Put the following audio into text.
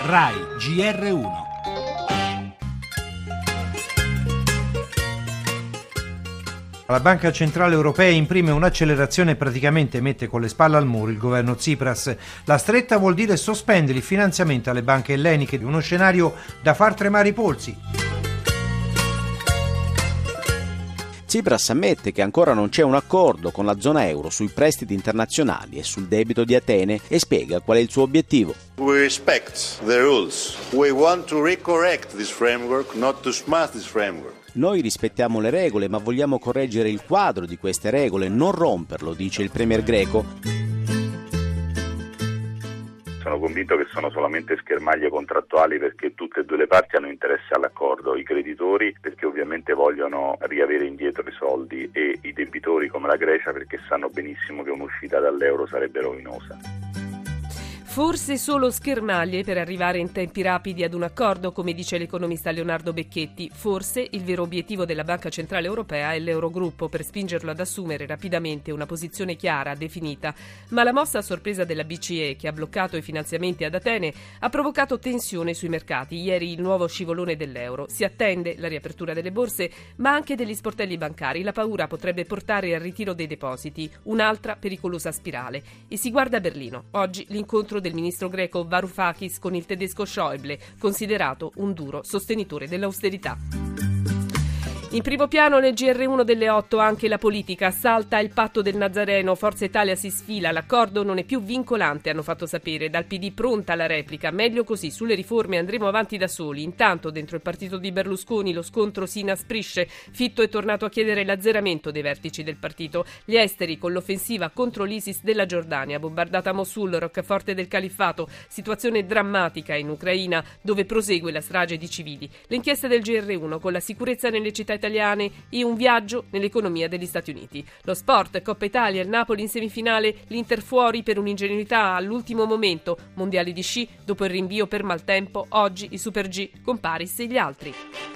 RAI GR1. La Banca Centrale Europea imprime un'accelerazione e praticamente mette con le spalle al muro il governo Tsipras. La stretta vuol dire sospendere il finanziamento alle banche elleniche, di uno scenario da far tremare i polsi. Tsipras ammette che ancora non c'è un accordo con la zona euro sui prestiti internazionali e sul debito di Atene e spiega qual è il suo obiettivo. We respect the rules. We want to recorrect this framework, not to smash this framework. Noi rispettiamo le regole, ma vogliamo correggere il quadro di queste regole, non romperlo, dice il premier greco. Sono convinto che sono solamente schermaglie contrattuali perché tutte e due le parti hanno interesse all'accordo, i creditori perché ovviamente vogliono riavere indietro i soldi e i debitori come la Grecia perché sanno benissimo che un'uscita dall'euro sarebbe rovinosa. Forse solo schermaglie per arrivare in tempi rapidi ad un accordo, come dice l'economista Leonardo Becchetti. Forse il vero obiettivo della Banca Centrale Europea è l'Eurogruppo, per spingerlo ad assumere rapidamente una posizione chiara, definita. Ma la mossa a sorpresa della BCE, che ha bloccato i finanziamenti ad Atene, ha provocato tensione sui mercati. Ieri il nuovo scivolone dell'euro. Si attende la riapertura delle borse, ma anche degli sportelli bancari. La paura potrebbe portare al ritiro dei depositi, un'altra pericolosa spirale. E si guarda a Berlino. Oggi l'incontro del ministro greco Varoufakis con il tedesco Schäuble, considerato un duro sostenitore dell'austerità. In primo piano nel GR1 delle 8 anche la politica. Salta il patto del Nazareno, Forza Italia si sfila, l'accordo non è più vincolante, hanno fatto sapere. Dal PD pronta la replica, meglio così, sulle riforme andremo avanti da soli. Intanto dentro il partito di Berlusconi lo scontro si inasprisce, Fitto è tornato a chiedere l'azzeramento dei vertici del partito. Gli esteri con l'offensiva contro l'ISIS della Giordania, bombardata Mosul, roccaforte del califfato, situazione drammatica in Ucraina dove prosegue la strage di civili. Le inchieste del GR1 con la sicurezza nelle città italiane e un viaggio nell'economia degli Stati Uniti. Lo sport, Coppa Italia, il Napoli in semifinale, l'Inter fuori per un'ingenuità all'ultimo momento, mondiali di sci dopo il rinvio per maltempo, oggi i Super G con Paris e gli altri.